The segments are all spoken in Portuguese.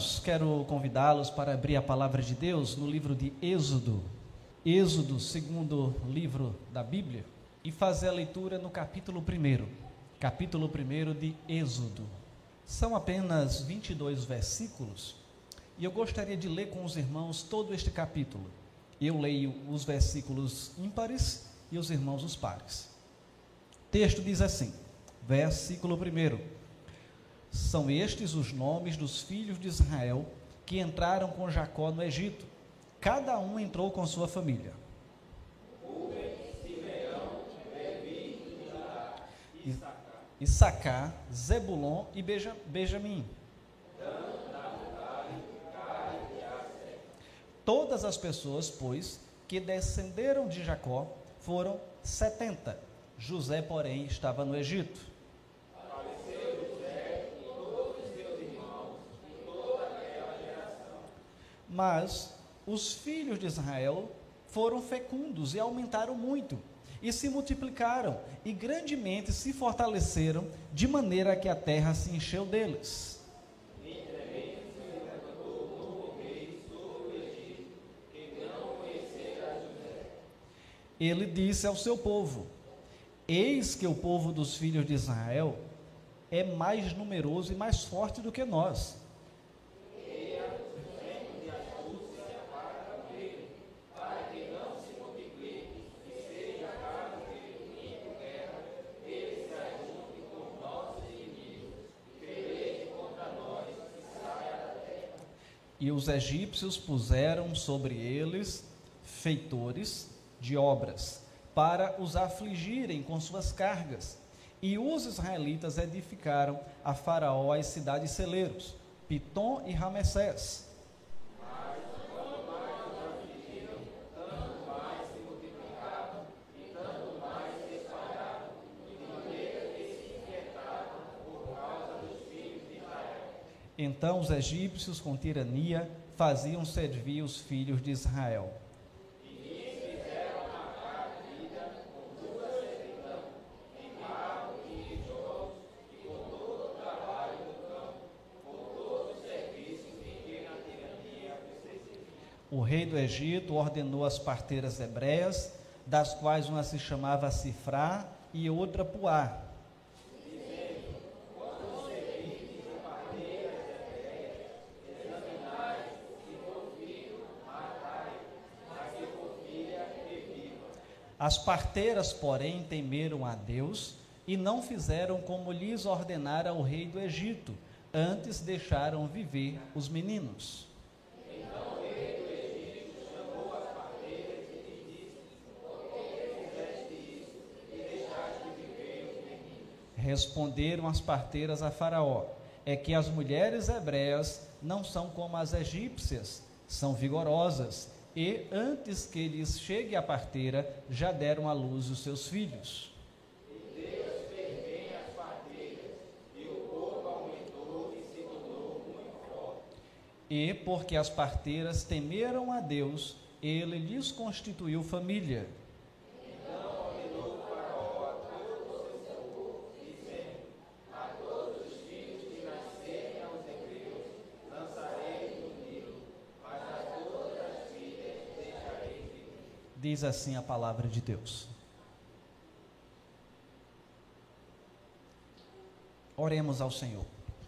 Irmãos, quero convidá-los para abrir a palavra de Deus no livro de Êxodo, Êxodo, segundo livro da Bíblia, e fazer a leitura no capítulo 1 de Êxodo. São apenas 22 versículos, e eu gostaria de ler com os irmãos todo este capítulo. Eu leio os versículos ímpares e os irmãos os pares. O texto diz assim, versículo 1: São estes os nomes dos filhos de Israel que entraram com Jacó no Egito. Cada um entrou com sua família. Issacar, Zebulon e Benjamim. Todas as pessoas, pois, que descenderam de Jacó foram 70. José, porém, estava no Egito. Mas os filhos de Israel foram fecundos e aumentaram muito, e se multiplicaram, e grandemente se fortaleceram, de maneira que a terra se encheu deles. Ele disse ao seu povo: Eis que o povo dos filhos de Israel é mais numeroso e mais forte do que nós. E os egípcios puseram sobre eles feitores de obras, para os afligirem com suas cargas. E os israelitas edificaram a Faraó as cidades celeiros, Pitom e Ramessés. Então os egípcios, com tirania, faziam servir os filhos de Israel. O rei do Egito ordenou as parteiras hebreias, das quais uma se chamava Sifrá e outra Puá. As parteiras, porém, temeram a Deus e não fizeram como lhes ordenara o rei do Egito, antes deixaram viver os meninos. Então o rei do Egito chamou as parteiras e lhes disse: Por que fizeste isso e deixaste viver os meninos? Responderam as parteiras a Faraó: É que as mulheres hebreias não são como as egípcias, são vigorosas, e antes que lhes chegue a parteira, já deram à luz os seus filhos. E Deus fez bem às parteiras, e o povo aumentou e se tornou muito forte. E porque as parteiras temeram a Deus, ele lhes constituiu família. Então ordenou o Faraó a todo o seu povo, dizendo: A todos os filhos que nascerem aos hebreus lançarei no Nilo, mas a todas as filhas deixarei viver. Diz assim a palavra de Deus. Oremos ao Senhor.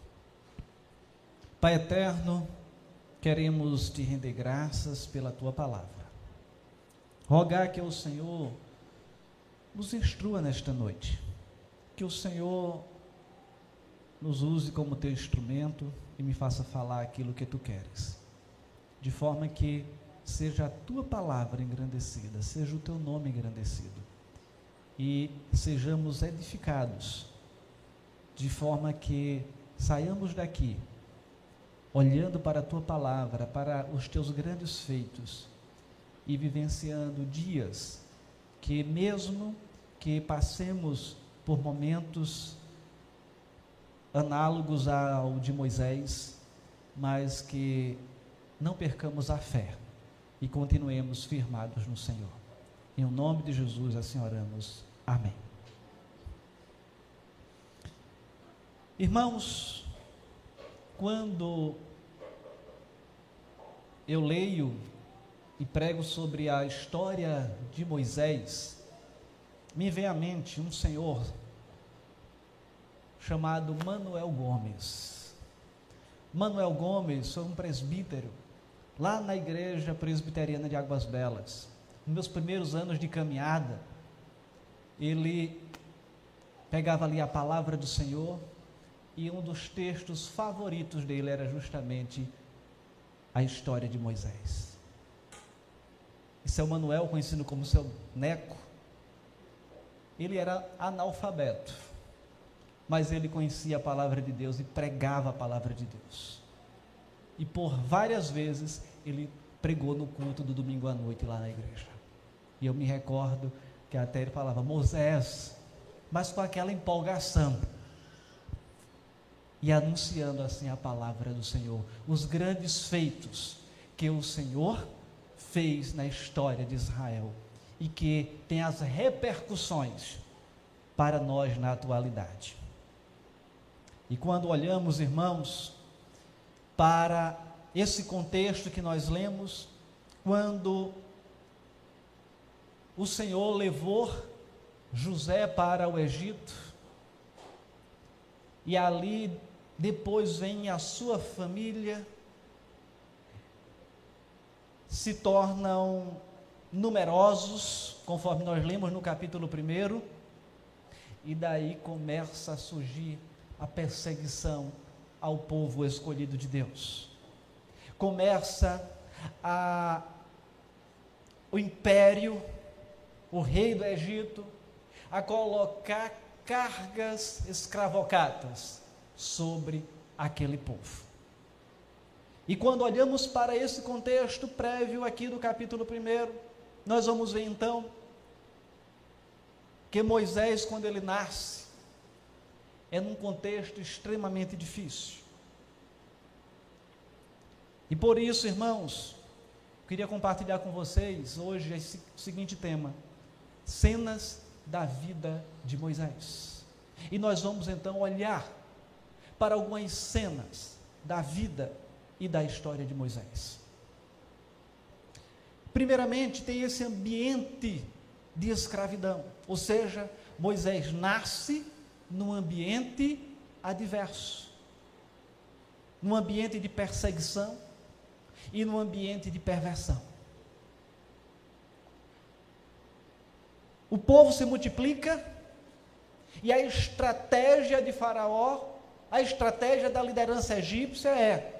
Pai eterno, queremos te render graças pela tua palavra. Rogar que o Senhor nos instrua nesta noite, que o Senhor nos use como teu instrumento e me faça falar aquilo que tu queres, de forma que seja a tua palavra engrandecida, seja o teu nome engrandecido, e sejamos edificados, de forma que saiamos daqui olhando para a tua palavra, para os teus grandes feitos, e vivenciando dias que, mesmo que passemos por momentos análogos ao de Moisés, mas que não percamos a fé e continuemos firmados no Senhor. Em nome de Jesus assim oramos. Amém. Irmãos, quando eu leio e prego sobre a história de Moisés, me vem à mente um senhor chamado Manuel Gomes. Manuel Gomes foi um presbítero lá na igreja presbiteriana de Águas Belas. Nos meus primeiros anos de caminhada, ele pegava ali a palavra do Senhor e um dos textos favoritos dele era justamente a história de Moisés. E seu Manuel, conhecido como seu Neco, ele era analfabeto, mas ele conhecia a palavra de Deus e pregava a palavra de Deus. E por várias vezes ele pregou no culto do domingo à noite lá na igreja. E eu me recordo que até ele falava Moisés, mas com aquela empolgação, e anunciando assim a palavra do Senhor, os grandes feitos que o Senhor fez na história de Israel e que tem as repercussões para nós na atualidade. E quando olhamos, irmãos, para esse contexto que nós lemos, quando o Senhor levou José para o Egito, e ali depois vem a sua família, se tornam numerosos, conforme nós lemos no capítulo 1, e daí começa a surgir a perseguição ao povo escolhido de Deus. Começa o império, o rei do Egito, a colocar cargas escravocatas sobre aquele povo. E quando olhamos para esse contexto prévio aqui do capítulo 1, nós vamos ver então que Moisés, quando ele nasce, é num contexto extremamente difícil. E por isso, irmãos, eu queria compartilhar com vocês hoje esse seguinte tema: cenas da vida de Moisés. E nós vamos então olhar para algumas cenas da vida e da história de Moisés. Primeiramente, tem esse ambiente de escravidão, ou seja, Moisés nasce num ambiente adverso, num ambiente de perseguição e num ambiente de perversão. O povo se multiplica e a estratégia de Faraó, a estratégia da liderança egípcia é: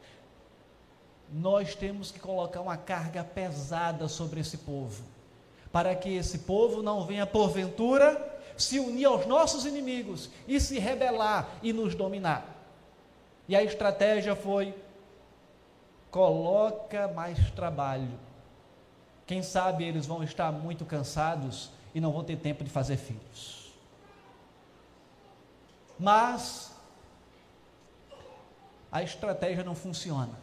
nós temos que colocar uma carga pesada sobre esse povo, para que esse povo não venha porventura se unir aos nossos inimigos e se rebelar e nos dominar. E a estratégia foi: coloca mais trabalho. Quem sabe eles vão estar muito cansados e não vão ter tempo de fazer filhos. Mas a estratégia não funciona.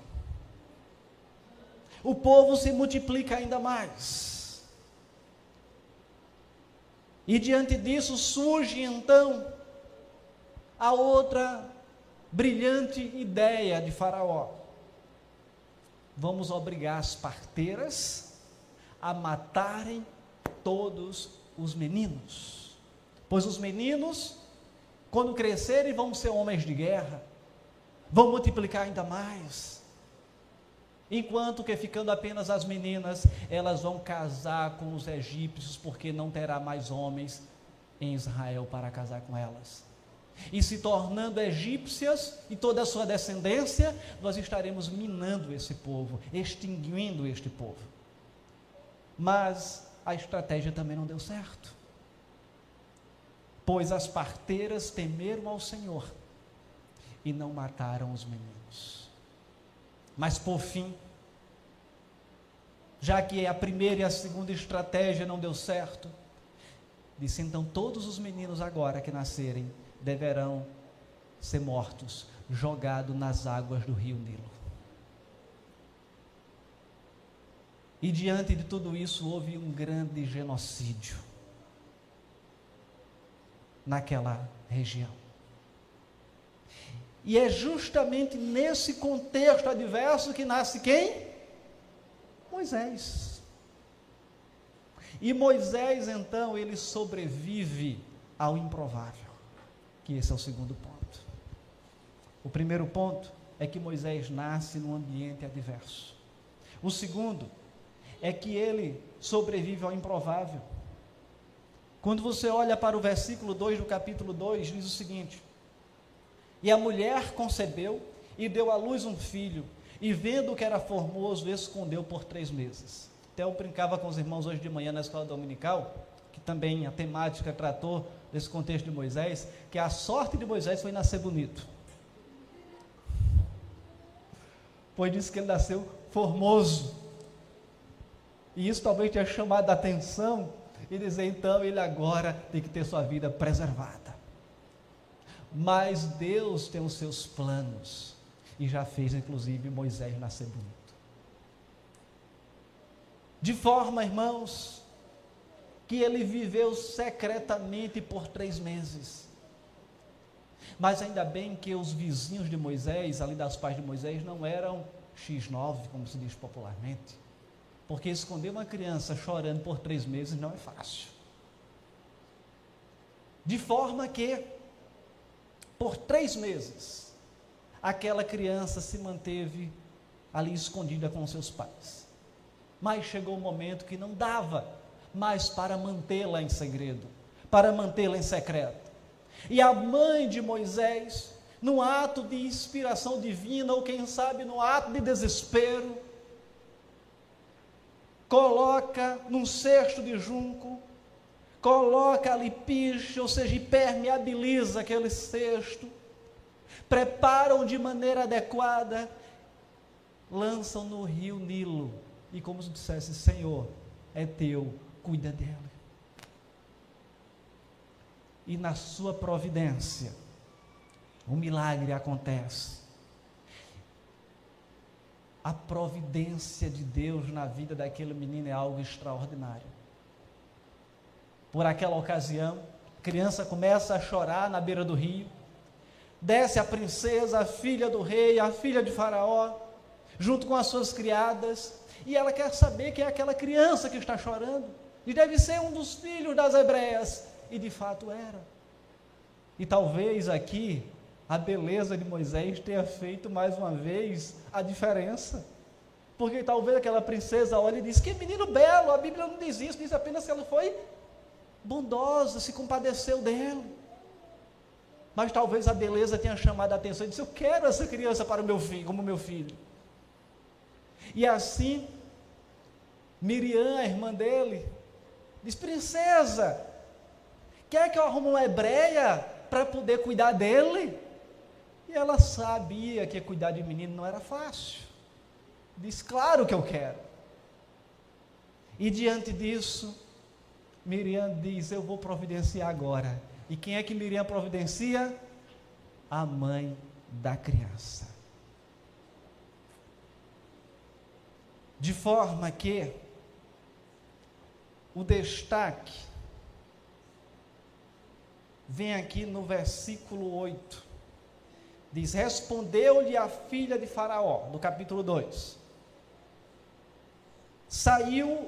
O povo se multiplica ainda mais. E diante disso surge então a outra brilhante ideia de Faraó: vamos obrigar as parteiras a matarem todos os meninos, pois os meninos, quando crescerem, vão ser homens de guerra, vão multiplicar ainda mais, enquanto que ficando apenas as meninas, elas vão casar com os egípcios, porque não terá mais homens em Israel para casar com elas, e se tornando egípcias e toda a sua descendência, nós estaremos minando esse povo, extinguindo este povo. Mas a estratégia também não deu certo, pois as parteiras temeram ao Senhor e não mataram os meninos. Mas por fim, já que a primeira e a segunda estratégia não deu certo, disse: então todos os meninos agora que nascerem deverão ser mortos, jogados nas águas do rio Nilo. E diante de tudo isso, houve um grande genocídio naquela região. E é justamente nesse contexto adverso que nasce quem? Moisés. E Moisés, então, ele sobrevive ao improvável, que esse é o segundo ponto. O primeiro ponto é que Moisés nasce num ambiente adverso. O segundo é que ele sobrevive ao improvável. Quando você olha para o versículo 2 do capítulo 2, diz o seguinte: e a mulher concebeu e deu à luz um filho, e vendo que era formoso, escondeu por 3 meses. Até eu brincava com os irmãos hoje de manhã na escola dominical, que também a temática tratou desse contexto de Moisés, que a sorte de Moisés foi nascer bonito. Pois disse que ele nasceu formoso. E isso talvez tenha chamado a atenção e dizer, então, ele agora tem que ter sua vida preservada. Mas Deus tem os seus planos, e já fez, inclusive, Moisés nascer bonito. De forma, irmãos, que ele viveu secretamente por 3 meses. Mas ainda bem que os vizinhos de Moisés, ali das pais de Moisés, não eram X9, como se diz popularmente. Porque esconder uma criança chorando por 3 meses não é fácil. De forma que, por 3 meses, aquela criança se manteve ali escondida com seus pais. Mas chegou um momento que não dava mais para mantê-la em segredo, para mantê-la em secreto. E a mãe de Moisés, num ato de inspiração divina, ou quem sabe no ato de desespero, coloca num cesto de junco, coloca ali piche, ou seja, impermeabiliza aquele cesto, preparam de maneira adequada, lançam no rio Nilo, e como se dissesse, Senhor, é teu, cuida dele. E na sua providência, um milagre acontece. A providência de Deus na vida daquele menino é algo extraordinário. Por aquela ocasião, a criança começa a chorar na beira do rio, desce a princesa, a filha do rei, a filha de Faraó, junto com as suas criadas, e ela quer saber quem é aquela criança que está chorando, e deve ser um dos filhos das hebreias, e de fato era. E talvez aqui a beleza de Moisés tenha feito mais uma vez a diferença, porque talvez aquela princesa olhe e diz, que menino belo, a Bíblia não diz isso, diz apenas que ela foi bondosa, se compadeceu dele. Mas talvez a beleza tenha chamado a atenção e disse, eu quero essa criança para o meu filho, como meu filho. E assim, Miriam, a irmã dele, diz, princesa, quer que eu arrume uma hebreia para poder cuidar dele? E ela sabia que cuidar de menino não era fácil. Diz, claro que eu quero. E diante disso, Miriam diz, eu vou providenciar agora. E quem é que Miriam providencia? A mãe da criança. De forma que o destaque vem aqui no versículo 8. Diz, respondeu-lhe a filha de Faraó, no capítulo 2. Saiu,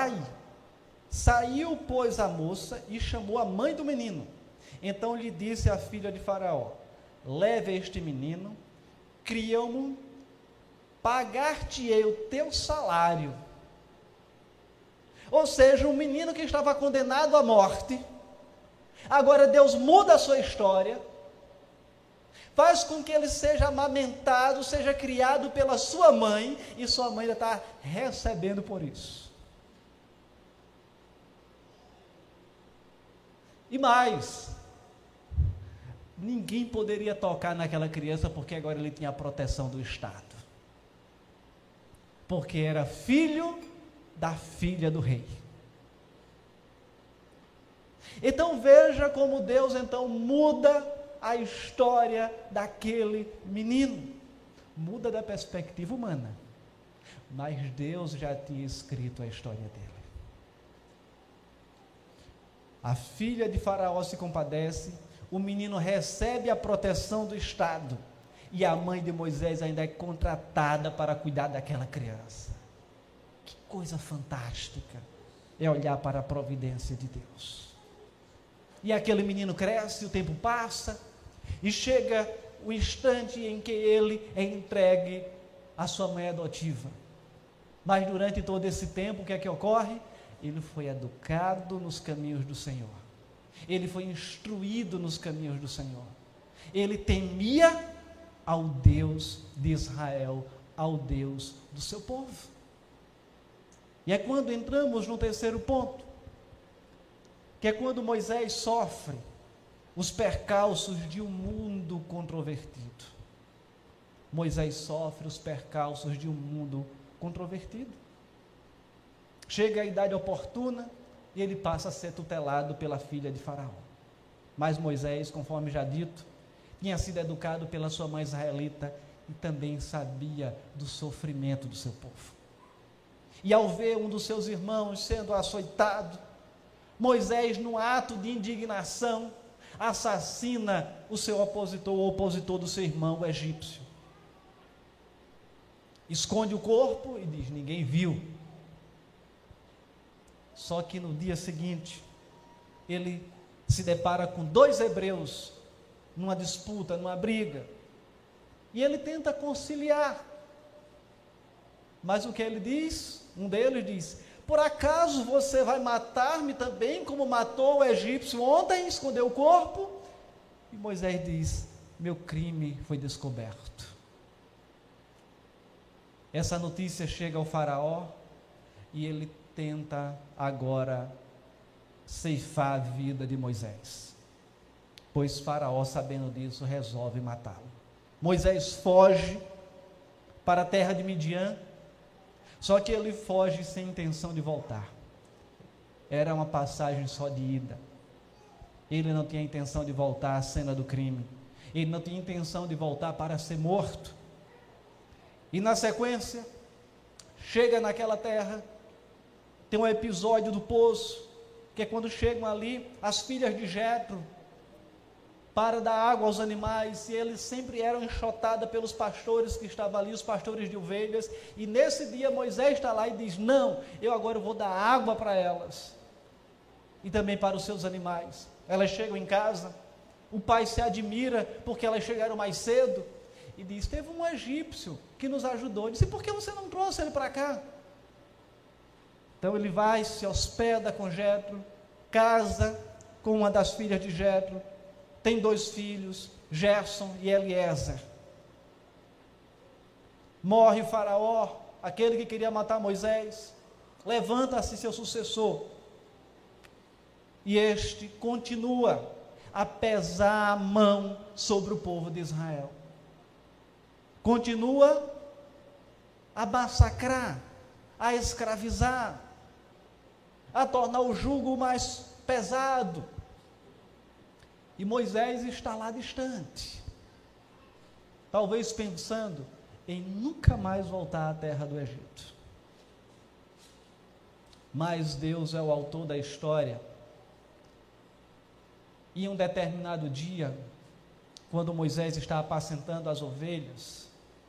pois, a moça e chamou a mãe do menino. Então lhe disse a filha de Faraó, leve este menino, cria-o, pagar-te-ei o teu salário. Ou seja, um menino que estava condenado à morte, agora Deus muda a sua história, faz com que ele seja amamentado, seja criado pela sua mãe, e sua mãe ainda está recebendo por isso. E mais, ninguém poderia tocar naquela criança, porque agora ele tinha a proteção do Estado. Porque era filho da filha do rei. Então veja como Deus então muda a história daquele menino. Muda da perspectiva humana. Mas Deus já tinha escrito a história dele. A filha de Faraó se compadece, o menino recebe a proteção do Estado, e a mãe de Moisés ainda é contratada para cuidar daquela criança. Que coisa fantástica é olhar para a providência de Deus. E aquele menino cresce, o tempo passa, e chega o instante em que ele é entregue à sua mãe adotiva. Mas durante todo esse tempo, o que é que ocorre? Ele foi educado nos caminhos do Senhor. Ele foi instruído nos caminhos do Senhor. Ele temia ao Deus de Israel, ao Deus do seu povo. E é quando entramos no terceiro ponto, que é quando Moisés sofre os percalços de um mundo controvertido. Moisés sofre os percalços de um mundo controvertido. Chega a idade oportuna e ele passa a ser tutelado pela filha de Faraó. Mas Moisés, conforme já dito, tinha sido educado pela sua mãe israelita e também sabia do sofrimento do seu povo. E ao ver um dos seus irmãos sendo açoitado, Moisés, num ato de indignação, assassina o seu opositor, o opositor do seu irmão, o egípcio. Esconde o corpo e diz: ninguém viu. Só que no dia seguinte, ele se depara com dois hebreus, numa disputa, numa briga, e ele tenta conciliar. Mas o que ele diz? Um deles diz: por acaso você vai matar-me também, como matou o egípcio ontem, escondeu o corpo? E Moisés diz: meu crime foi descoberto. Essa notícia chega ao Faraó e ele tenta agora ceifar a vida de Moisés, pois Faraó, sabendo disso, resolve matá-lo. Moisés foge para a terra de Midian, só que ele foge sem intenção de voltar. Era uma passagem só de ida. Ele não tinha intenção de voltar à cena do crime. Ele não tinha intenção de voltar para ser morto. E na sequência, chega naquela terra, tem um episódio do poço, que é quando chegam ali as filhas de Jetro para dar água aos animais, e eles sempre eram enxotadas pelos pastores que estavam ali, os pastores de ovelhas, e nesse dia Moisés está lá e diz: não, eu agora vou dar água para elas, e também para os seus animais. Elas chegam em casa, o pai se admira, porque elas chegaram mais cedo, e diz: teve um egípcio que nos ajudou. Disse: por que você não trouxe ele para cá? Então ele vai, se hospeda com Jetro, casa com uma das filhas de Jetro, tem dois filhos, Gerson e Eliezer. Morre o Faraó, aquele que queria matar Moisés, levanta-se seu sucessor, e este continua a pesar a mão sobre o povo de Israel, continua a massacrar, a escravizar, a tornar o jugo mais pesado. E Moisés está lá distante, talvez pensando em nunca mais voltar à terra do Egito. Mas Deus é o autor da história, e em um determinado dia, quando Moisés está apacentando as ovelhas,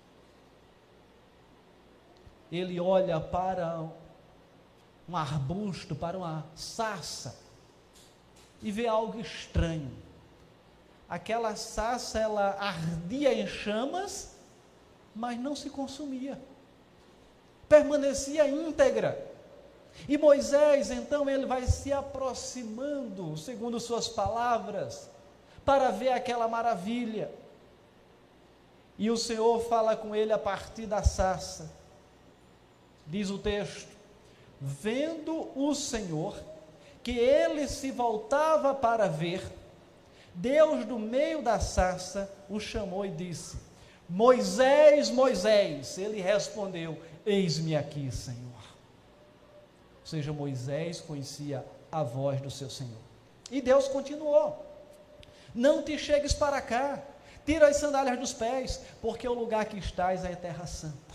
ele olha para um arbusto, para uma sarça, e vê algo estranho. Aquela sarça, ela ardia em chamas, mas não se consumia, permanecia íntegra. E Moisés, então, ele vai se aproximando, segundo suas palavras, para ver aquela maravilha. E o Senhor fala com ele a partir da sarça. Diz o texto: vendo o Senhor que ele se voltava para ver, Deus do meio da sarça o chamou e disse: Moisés, Moisés. Ele respondeu: eis-me aqui, Senhor. Ou seja, Moisés conhecia a voz do seu Senhor. E Deus continuou: não te chegues para cá, tira as sandálias dos pés, porque o lugar que estás é terra santa.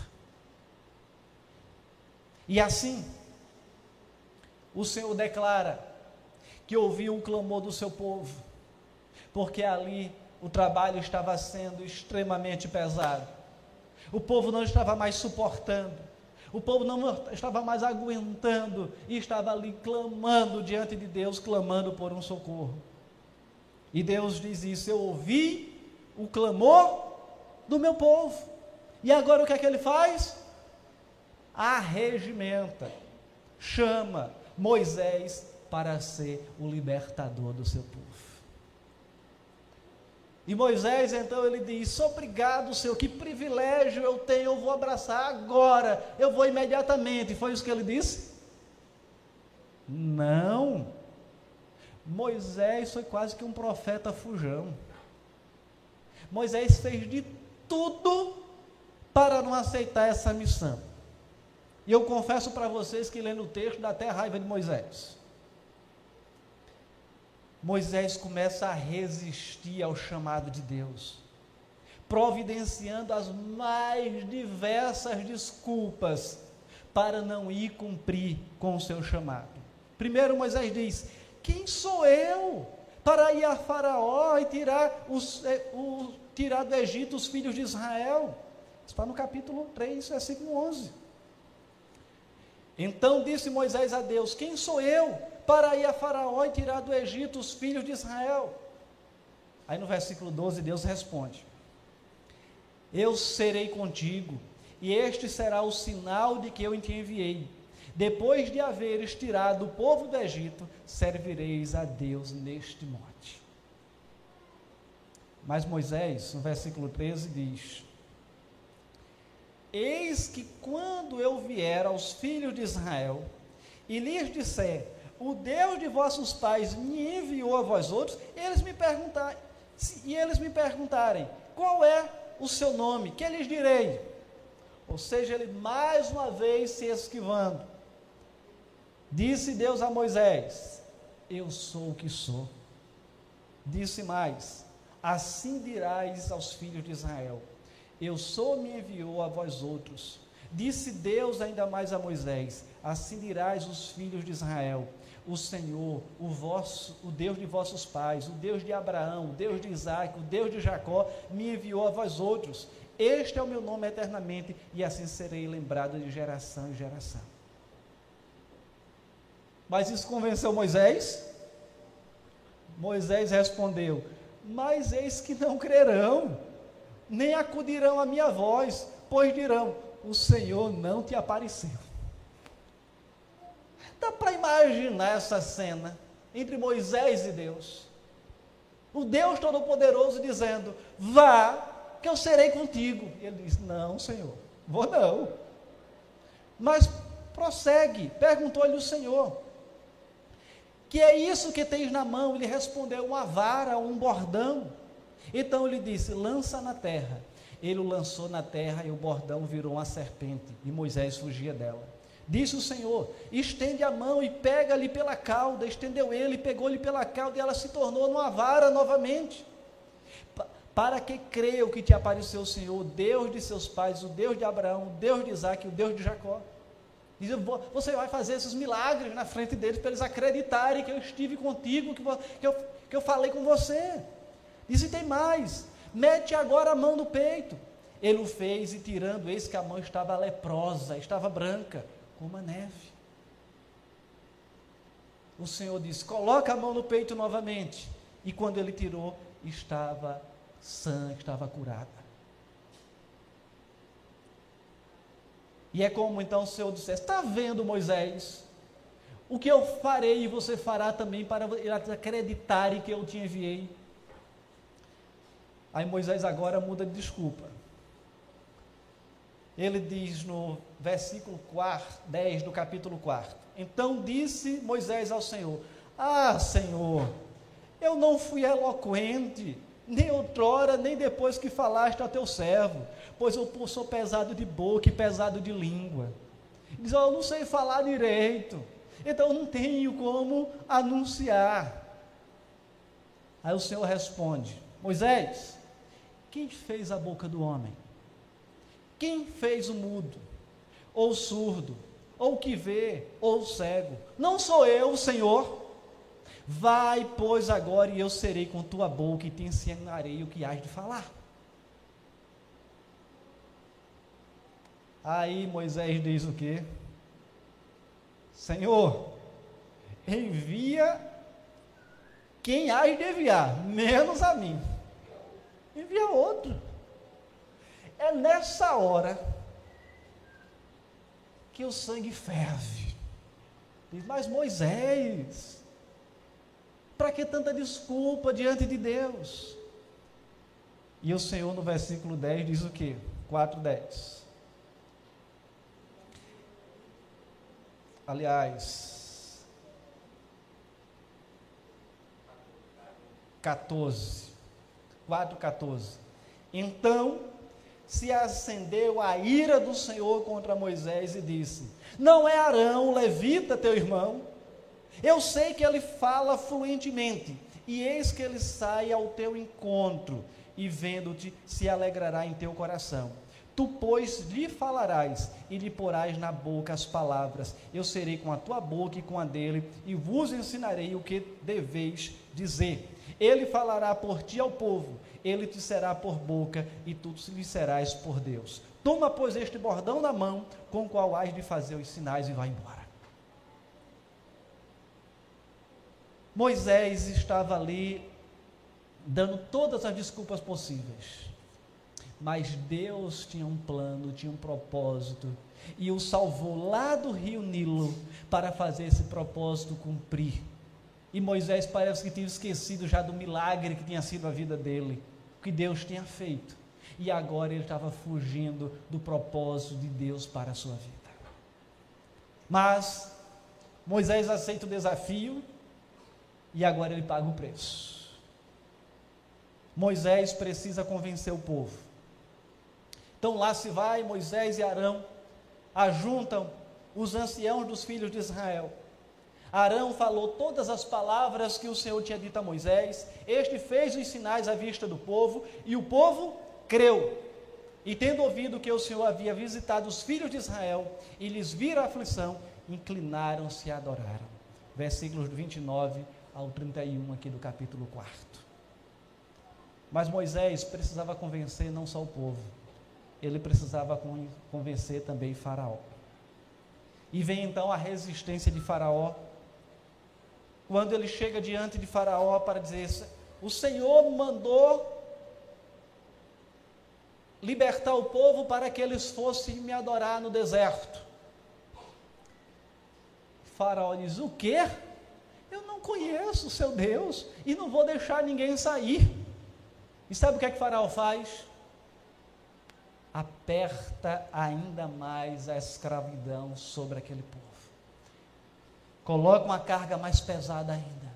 E assim, o Senhor declara que ouviu o clamor do seu povo, porque ali o trabalho estava sendo extremamente pesado, o povo não estava mais suportando, O povo não estava mais aguentando e estava ali clamando diante de Deus, clamando por um socorro. E Deus diz isso: eu ouvi o clamor do meu povo. E agora o que é que ele faz? Arregimenta, chama Moisés para ser o libertador do seu povo. E Moisés, então, ele diz: obrigado, Senhor, que privilégio eu tenho, eu vou abraçar agora, eu vou imediatamente. Foi isso que ele disse? Não. Moisés foi quase que um profeta fujão. Moisés fez de tudo para não aceitar essa missão. E eu confesso para vocês que, lendo o texto, dá até raiva de Moisés. Moisés começa a resistir ao chamado de Deus, providenciando as mais diversas desculpas para não ir cumprir com o seu chamado. Primeiro Moisés diz: quem sou eu para ir a Faraó e tirar do Egito os filhos de Israel? Está no capítulo 3, versículo 11. Então disse Moisés a Deus: quem sou eu para ir a Faraó e tirar do Egito os filhos de Israel? Aí no versículo 12 Deus responde: eu serei contigo, e este será o sinal de que eu te enviei. Depois de haveres tirado o povo do Egito, servireis a Deus neste monte. Mas Moisés, no versículo 13, diz: eis que quando eu vier aos filhos de Israel e lhes disser: o Deus de vossos pais me enviou a vós outros, eles me perguntarem: qual é o seu nome? Que lhes direi? Ou seja, ele mais uma vez se esquivando. Disse Deus a Moisés: eu sou o que sou. Disse mais: assim dirás aos filhos de Israel: eu sou, me enviou a vós outros. Disse Deus ainda mais a Moisés: assim dirás os filhos de Israel: o Senhor, o Deus de vossos pais, o Deus de Abraão, o Deus de Isaque, o Deus de Jacó, me enviou a vós outros. Este é o meu nome eternamente, e assim serei lembrado de geração em geração. Mas isso convenceu Moisés? Moisés respondeu: mas eis que não crerão, nem acudirão à minha voz, pois dirão: o Senhor não te apareceu. Dá para imaginar essa cena entre Moisés e Deus. O Deus Todo-Poderoso dizendo: vá, que eu serei contigo. E ele diz: não, Senhor, vou não. Mas prossegue. Perguntou-lhe o Senhor: que é isso que tens na mão? Ele respondeu: uma vara, um bordão. Então ele disse: lança na terra. Ele o lançou na terra e o bordão virou uma serpente, e Moisés fugia dela. Disse o Senhor: estende a mão e pega-lhe pela cauda. Estendeu ele, pegou-lhe pela cauda, e ela se tornou numa vara novamente. Para que creio que te apareceu o Senhor, o Deus de seus pais, o Deus de Abraão, o Deus de Isaque, o Deus de Jacó. Diz: você vai fazer esses milagres na frente deles, para eles acreditarem que eu estive contigo, que eu falei com você. Diz: e tem mais, mete agora a mão no peito. Ele o fez, e tirando, eis que a mão estava leprosa, estava branca, como a neve. O Senhor disse: coloca a mão no peito novamente. E quando ele tirou, estava sã, estava curada. E é como então o Senhor dissesse: está vendo, Moisés, o que eu farei e você fará também, para acreditarem que eu te enviei. Aí Moisés agora muda de desculpa. Ele diz no versículo 10 do capítulo 4: então disse Moisés ao Senhor: ah, Senhor, eu não fui eloquente, nem outrora, nem depois que falaste a teu servo, pois eu sou pesado de boca e pesado de língua. Ele diz: eu não sei falar direito, então eu não tenho como anunciar. Aí o Senhor responde: Moisés, quem fez a boca do homem? Quem fez o mudo, ou o surdo, ou o que vê, ou o cego? Não sou eu, o Senhor? Vai, pois, agora, e eu serei com tua boca, e te ensinarei o que hás de falar. Aí Moisés diz o quê? Senhor, envia quem há de enviar, menos a mim. Envia outro. É nessa hora que o sangue ferve. Diz, mas Moisés, para que tanta desculpa diante de Deus? E o Senhor no versículo 10 diz o quê? 4:10. Aliás, 14. 4:14. Então se acendeu a ira do Senhor contra Moisés e disse: não é Arão, o levita, teu irmão? Eu sei que ele fala fluentemente, e eis que ele sai ao teu encontro, e vendo-te se alegrará em teu coração. Tu, pois, lhe falarás, e lhe porás na boca as palavras. Eu serei com a tua boca e com a dele, e vos ensinarei o que deveis dizer. Ele falará por ti ao povo, ele te será por boca, e tu lhe serás por Deus. Toma, pois, este bordão na mão, com o qual hás de fazer os sinais, e vai embora. Moisés estava ali, dando todas as desculpas possíveis, mas Deus tinha um plano, tinha um propósito, e o salvou lá do rio Nilo, para fazer esse propósito cumprir. E Moisés parece que tinha esquecido já do milagre que tinha sido a vida dele, o que Deus tinha feito, e agora ele estava fugindo do propósito de Deus para a sua vida. Mas Moisés aceita o desafio, e agora ele paga o preço. Moisés precisa convencer o povo. Então lá se vai Moisés e Arão, ajuntam os anciãos dos filhos de Israel. Arão falou todas as palavras que o Senhor tinha dito a Moisés, este fez os sinais à vista do povo, e o povo creu. E tendo ouvido que o Senhor havia visitado os filhos de Israel, e lhes vira a aflição, inclinaram-se e adoraram. Versículos 29 ao 31 aqui do capítulo 4. Mas Moisés precisava convencer não só o povo, ele precisava convencer também Faraó. E vem então a resistência de Faraó, quando ele chega diante de Faraó para dizer: o Senhor mandou libertar o povo para que eles fossem me adorar no deserto. Faraó diz: o quê? Eu não conheço o seu Deus e não vou deixar ninguém sair. E sabe o que é que Faraó faz? Aperta ainda mais a escravidão sobre aquele povo. Coloca uma carga mais pesada ainda.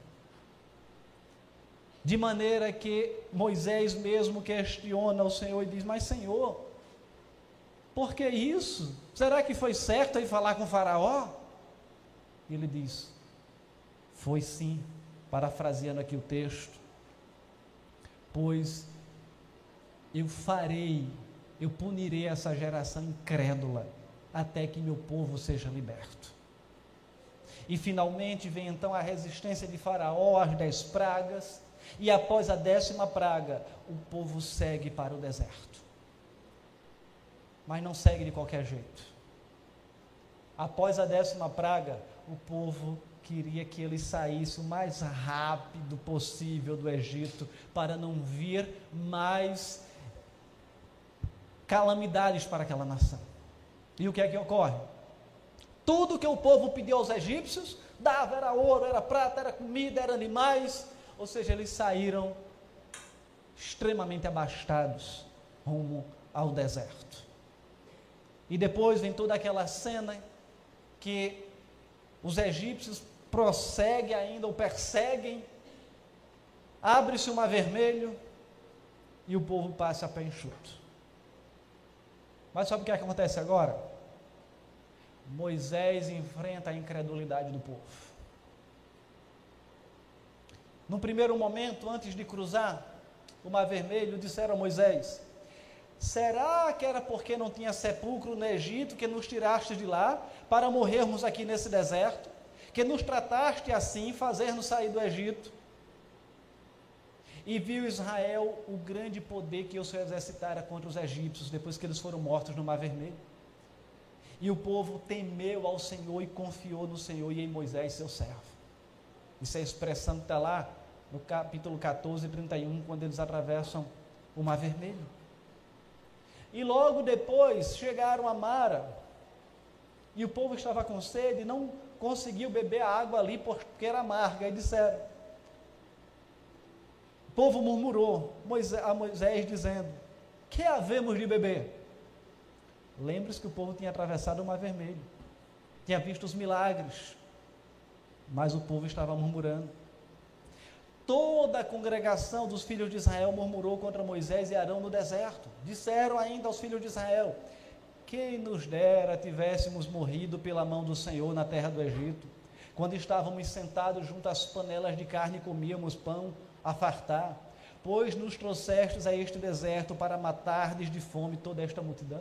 De maneira que Moisés mesmo questiona o Senhor e diz: mas Senhor, por que isso? Será que foi certo ir falar com Faraó? E ele diz: foi sim, parafraseando aqui o texto, pois eu punirei essa geração incrédula, até que meu povo seja liberto. E finalmente vem então a resistência de Faraó às 10 pragas, e após a 10ª praga, o povo segue para o deserto. Mas não segue de qualquer jeito. Após a 10ª praga, o povo queria que ele saísse o mais rápido possível do Egito, para não vir mais calamidades para aquela nação. E o que é que ocorre? Tudo que o povo pediu aos egípcios, dava, era ouro, era prata, era comida, era animais, ou seja, eles saíram extremamente abastados rumo ao deserto. E depois vem toda aquela cena que os egípcios prosseguem ainda, ou perseguem, abre-se o mar vermelho, e o povo passa a pé enxuto. Mas sabe o que acontece agora? Moisés enfrenta a incredulidade do povo. No primeiro momento, antes de cruzar o mar vermelho, disseram a Moisés: será que era porque não tinha sepulcro no Egito que nos tiraste de lá, para morrermos aqui nesse deserto? Que nos trataste assim, fazer-nos sair do Egito? E viu Israel o grande poder que o Senhor exercitara contra os egípcios, depois que eles foram mortos no Mar Vermelho. E o povo temeu ao Senhor e confiou no Senhor e em Moisés, seu servo. Isso é a expressão que está lá no capítulo 14, 31, quando eles atravessam o Mar Vermelho. E logo depois chegaram a Mara, e o povo estava com sede e não conseguiu beber a água ali porque era amarga, e disseram, o povo murmurou a Moisés dizendo, que havemos de beber? Lembre-se que o povo tinha atravessado o Mar Vermelho, tinha visto os milagres, mas o povo estava murmurando. Toda a congregação dos filhos de Israel murmurou contra Moisés e Arão no deserto. Disseram ainda aos filhos de Israel, quem nos dera tivéssemos morrido pela mão do Senhor na terra do Egito, quando estávamos sentados junto às panelas de carne e comíamos pão a fartar, pois nos trouxestes a este deserto para matardes de fome toda esta multidão.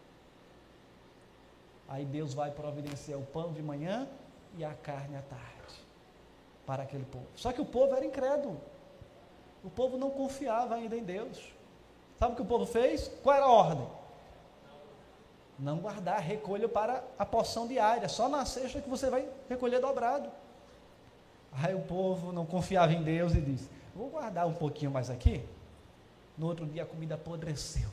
Aí Deus vai providenciar o pão de manhã e a carne à tarde para aquele povo. Só que o povo era incrédulo. O povo não confiava ainda em Deus. Sabe o que o povo fez? Qual era a ordem? Não guardar, recolha para a porção diária. Só na sexta que você vai recolher dobrado. Aí o povo não confiava em Deus e disse, vou guardar um pouquinho mais aqui. No outro dia a comida apodreceu.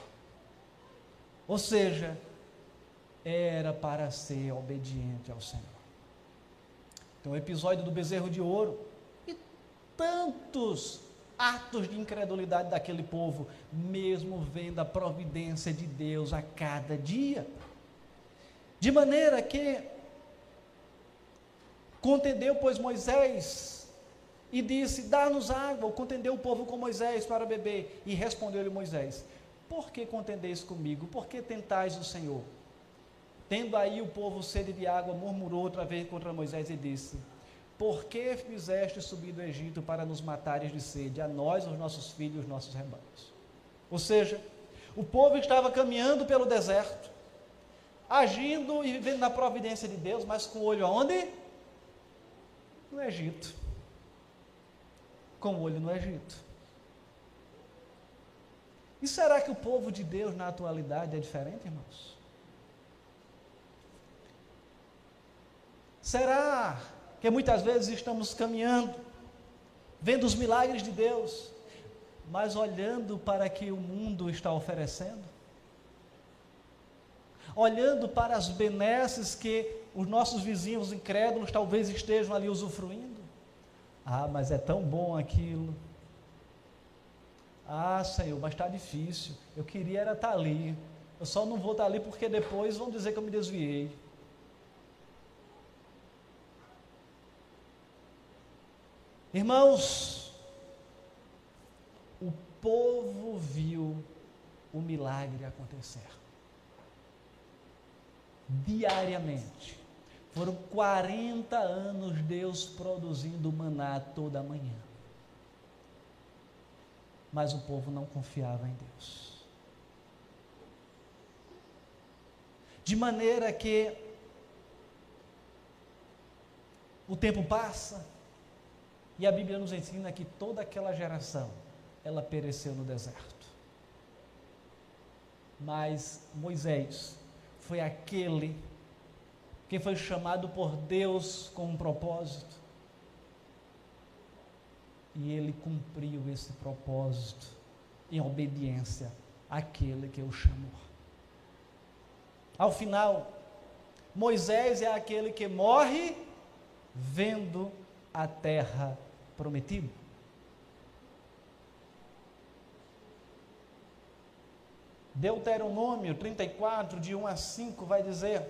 Ou seja, era para ser obediente ao Senhor. Então, o episódio do bezerro de ouro e tantos atos de incredulidade daquele povo, mesmo vendo a providência de Deus a cada dia. De maneira que contendeu, pois, Moisés e disse, dá-nos água. Ou contendeu o povo com Moisés para beber. E respondeu-lhe Moisés, por que contendeis comigo? Por que tentais o Senhor? Tendo aí o povo sede de água, murmurou outra vez contra Moisés e disse, por que fizeste subir do Egito para nos matares de sede, a nós, os nossos filhos, os nossos rebanhos? Ou seja, o povo estava caminhando pelo deserto, agindo e vivendo na providência de Deus, mas com o olho aonde? No Egito. Com o olho no Egito. E será que o povo de Deus na atualidade é diferente, irmãos? Será que muitas vezes estamos caminhando, vendo os milagres de Deus, mas olhando para o que o mundo está oferecendo? Olhando para as benesses que os nossos vizinhos incrédulos talvez estejam ali usufruindo? Ah, mas é tão bom aquilo. Ah, Senhor, mas está difícil. Eu queria era estar ali. Eu só não vou estar ali porque depois vão dizer que eu me desviei. Irmãos, o povo viu o milagre acontecer. Diariamente. Foram 40 anos Deus produzindo maná toda manhã. Mas o povo não confiava em Deus. De maneira que o tempo passa, e a Bíblia nos ensina que toda aquela geração, ela pereceu no deserto. Mas Moisés foi aquele que foi chamado por Deus com um propósito. E ele cumpriu esse propósito em obediência àquele que o chamou. Ao final, Moisés é aquele que morre vendo a terra prometida. Deuteronômio 34, de 1 a 5, vai dizer: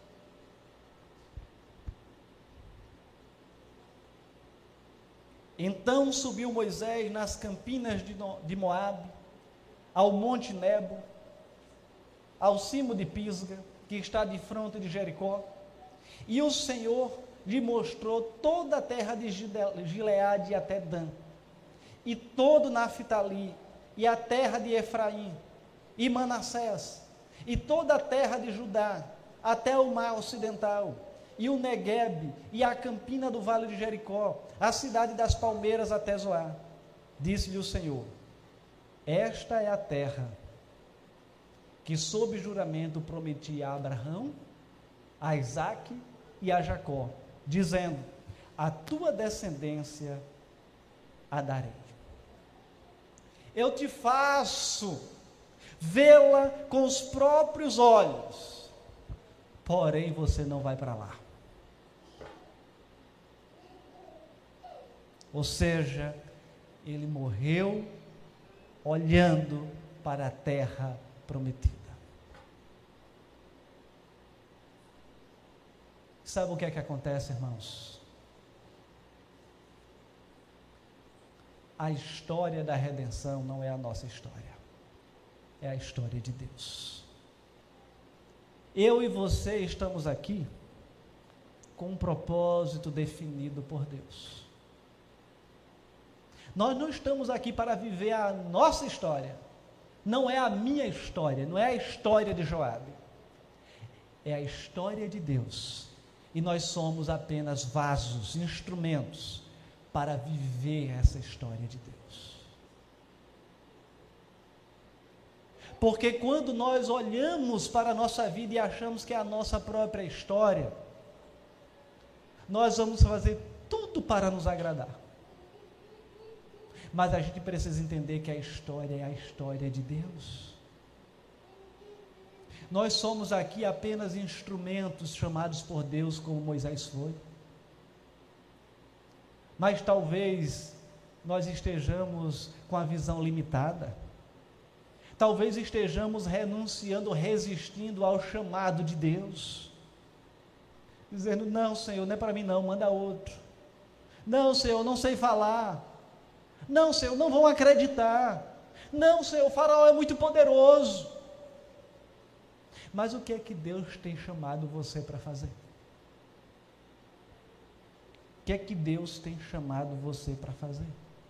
Então subiu Moisés nas campinas de Moabe, ao monte Nebo, ao cimo de Pisga, que está de fronte de Jericó, e o Senhor lhe mostrou toda a terra de Gileade até Dan, e todo Naftali, e a terra de Efraim, e Manassés, e toda a terra de Judá, até o mar ocidental, e o Neguebe, e a campina do vale de Jericó, a cidade das palmeiras até Zoar. Disse-lhe o Senhor: esta é a terra que sob juramento prometia a Abraão, a Isaque e a Jacó, dizendo: a tua descendência a darei. Eu te faço vê-la com os próprios olhos, porém você não vai para lá. Ou seja, ele morreu olhando para a terra prometida. Sabe o que é que acontece, irmãos? A história da redenção não é a nossa história, é a história de Deus. Eu e você estamos aqui com um propósito definido por Deus. Nós não estamos aqui para viver a nossa história, não é a minha história, não é a história de Joabe, é a história de Deus, e nós somos apenas vasos, instrumentos, para viver essa história de Deus. Porque quando nós olhamos para a nossa vida e achamos que é a nossa própria história, nós vamos fazer tudo para nos agradar. Mas a gente precisa entender que a história é a história de Deus. Nós somos aqui apenas instrumentos chamados por Deus, como Moisés foi. Mas talvez nós estejamos com a visão limitada. Talvez estejamos renunciando, resistindo ao chamado de Deus. Dizendo: não, Senhor, não é para mim não, manda outro. Não, Senhor, não sei falar. Não, Senhor, não vão acreditar. Não, Senhor, o faraó é muito poderoso. Mas o que é que Deus tem chamado você para fazer? O que é que Deus tem chamado você para fazer?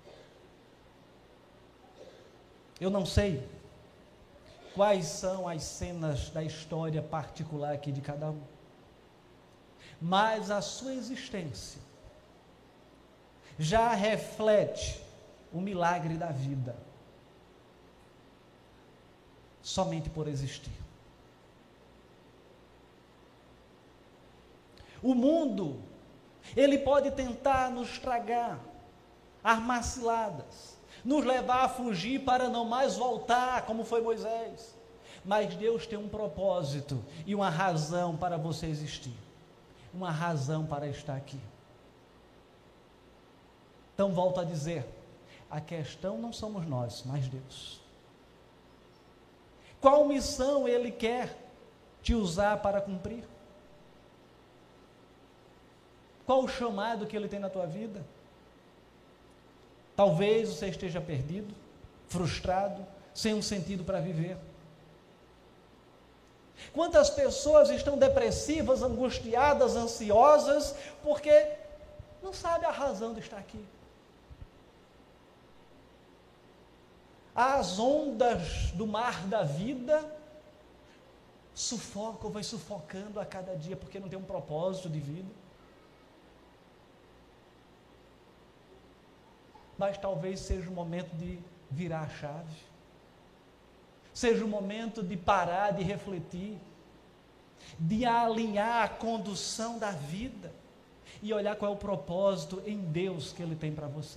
Eu não sei quais são as cenas da história particular aqui de cada um, mas a sua existência já reflete o milagre da vida, somente por existir. O mundo, ele pode tentar nos tragar armas ciladas, nos levar a fugir para não mais voltar, como foi Moisés. Mas Deus tem um propósito e uma razão para você existir, uma razão para estar aqui. Então, volto a dizer, a questão não somos nós, mas Deus. Qual missão Ele quer te usar para cumprir? Qual o chamado que Ele tem na tua vida? Talvez você esteja perdido, frustrado, sem um sentido para viver. Quantas pessoas estão depressivas, angustiadas, ansiosas, porque não sabem a razão de estar aqui. As ondas do mar da vida sufocam, vai sufocando a cada dia, porque não tem um propósito de vida. Mas talvez seja o momento de virar a chave, seja o momento de parar, de refletir, de alinhar a condução da vida e olhar qual é o propósito em Deus que Ele tem para você.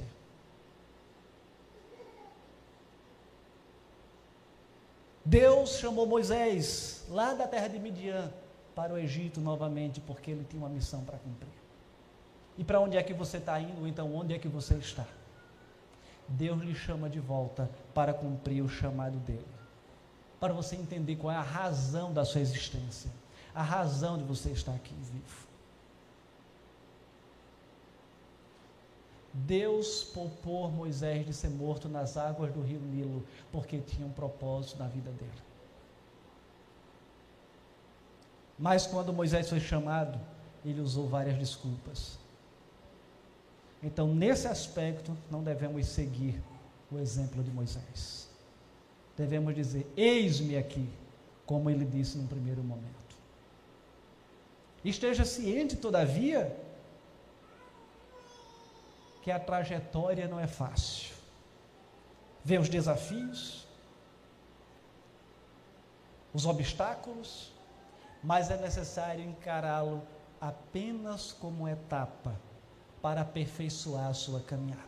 Deus chamou Moisés lá da terra de Midian para o Egito novamente, porque Ele tinha uma missão para cumprir. E para onde é que você está indo, ou então onde é que você está? Deus lhe chama de volta para cumprir o chamado dele, para você entender qual é a razão da sua existência, a razão de você estar aqui vivo. Deus poupou Moisés de ser morto nas águas do rio Nilo, porque tinha um propósito na vida dele. Mas quando Moisés foi chamado, ele usou várias desculpas. Então, nesse aspecto, não devemos seguir o exemplo de Moisés. Devemos dizer: eis-me aqui, como ele disse no primeiro momento. Esteja ciente, todavia, que a trajetória não é fácil. Vem os desafios, os obstáculos, mas é necessário encará-lo apenas como etapa para aperfeiçoar a sua caminhada.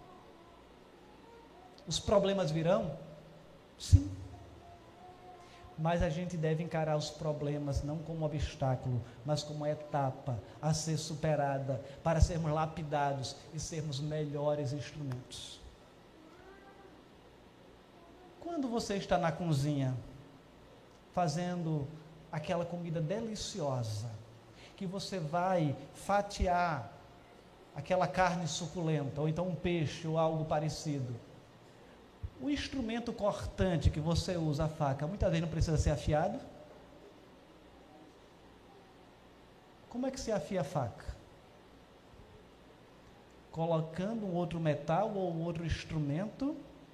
Os problemas virão? Sim. Mas a gente deve encarar os problemas não como obstáculo, mas como etapa a ser superada, para sermos lapidados e sermos melhores instrumentos. Quando você está na cozinha, fazendo aquela comida deliciosa, que você vai fatiar aquela carne suculenta, ou então um peixe ou algo parecido, o instrumento cortante que você usa, a faca, muitas vezes não precisa ser afiado? Como é que se afia a faca? Colocando um outro metal ou um outro instrumento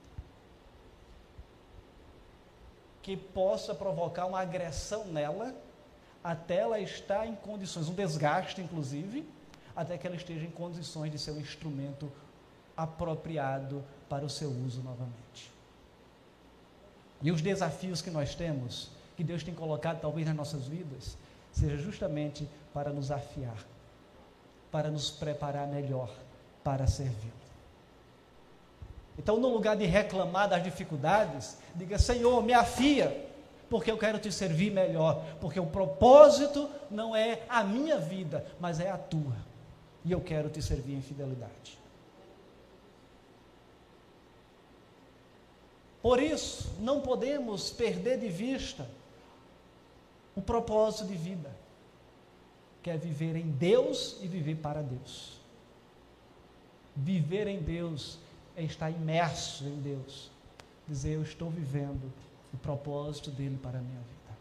que possa provocar uma agressão nela, até ela estar em condições, um desgaste inclusive, até que ela esteja em condições de ser um instrumento apropriado para o seu uso novamente. E os desafios que nós temos, que Deus tem colocado talvez nas nossas vidas, seja justamente para nos afiar, para nos preparar melhor para servi-lo. Então, no lugar de reclamar das dificuldades, diga: Senhor, me afia, porque eu quero te servir melhor, porque o propósito não é a minha vida, mas é a tua, e eu quero te servir em fidelidade. Por isso, não podemos perder de vista o propósito de vida, que é viver em Deus e viver para Deus. Viver em Deus é estar imerso em Deus, dizer: eu estou vivendo o propósito dele para a minha vida.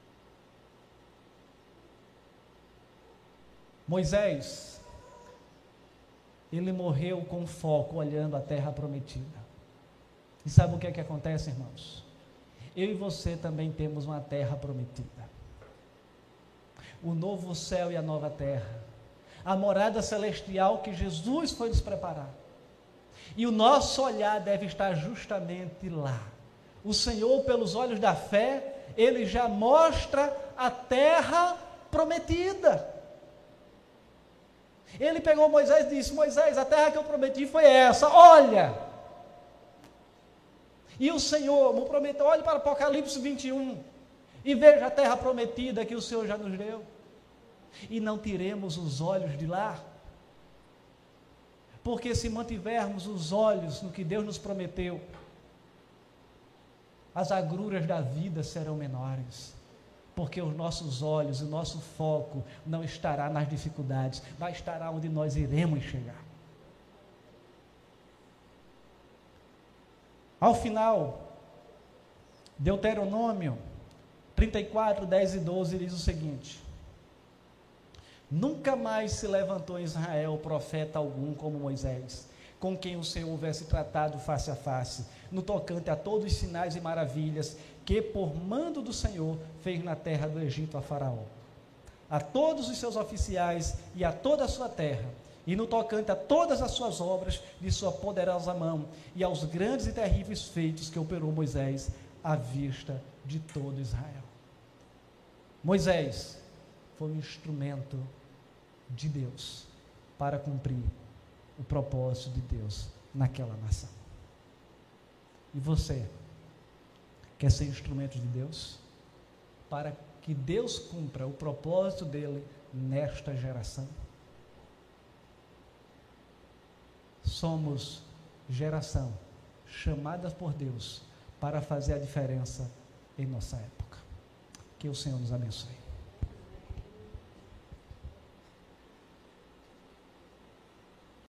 Moisés, ele morreu com foco, olhando a terra prometida. E sabe o que é que acontece, irmãos? Eu e você também temos uma terra prometida. O novo céu e a nova terra. A morada celestial que Jesus foi nos preparar. E o nosso olhar deve estar justamente lá. O Senhor, pelos olhos da fé, Ele já mostra a terra prometida. Ele pegou Moisés e disse: Moisés, a terra que eu prometi foi essa, olha. E o Senhor me prometeu: olhe para Apocalipse 21 e veja a terra prometida que o Senhor já nos deu. E não tiremos os olhos de lá, porque se mantivermos os olhos no que Deus nos prometeu, as agruras da vida serão menores, porque os nossos olhos, o nosso foco não estará nas dificuldades, mas estará onde nós iremos chegar. Ao final, Deuteronômio 34, 10 e 12 diz o seguinte: nunca mais se levantou em Israel profeta algum como Moisés, com quem o Senhor houvesse tratado face a face, no tocante a todos os sinais e maravilhas que, por mando do Senhor, fez na terra do Egito a Faraó, a todos os seus oficiais e a toda a sua terra, e no tocante a todas as suas obras de sua poderosa mão, e aos grandes e terríveis feitos que operou Moisés à vista de todo Israel. Moisés foi um instrumento de Deus para cumprir o propósito de Deus naquela nação. E você quer ser instrumento de Deus para que Deus cumpra o propósito dele nesta geração? Somos geração chamada por Deus para fazer a diferença em nossa época. Que o Senhor nos abençoe.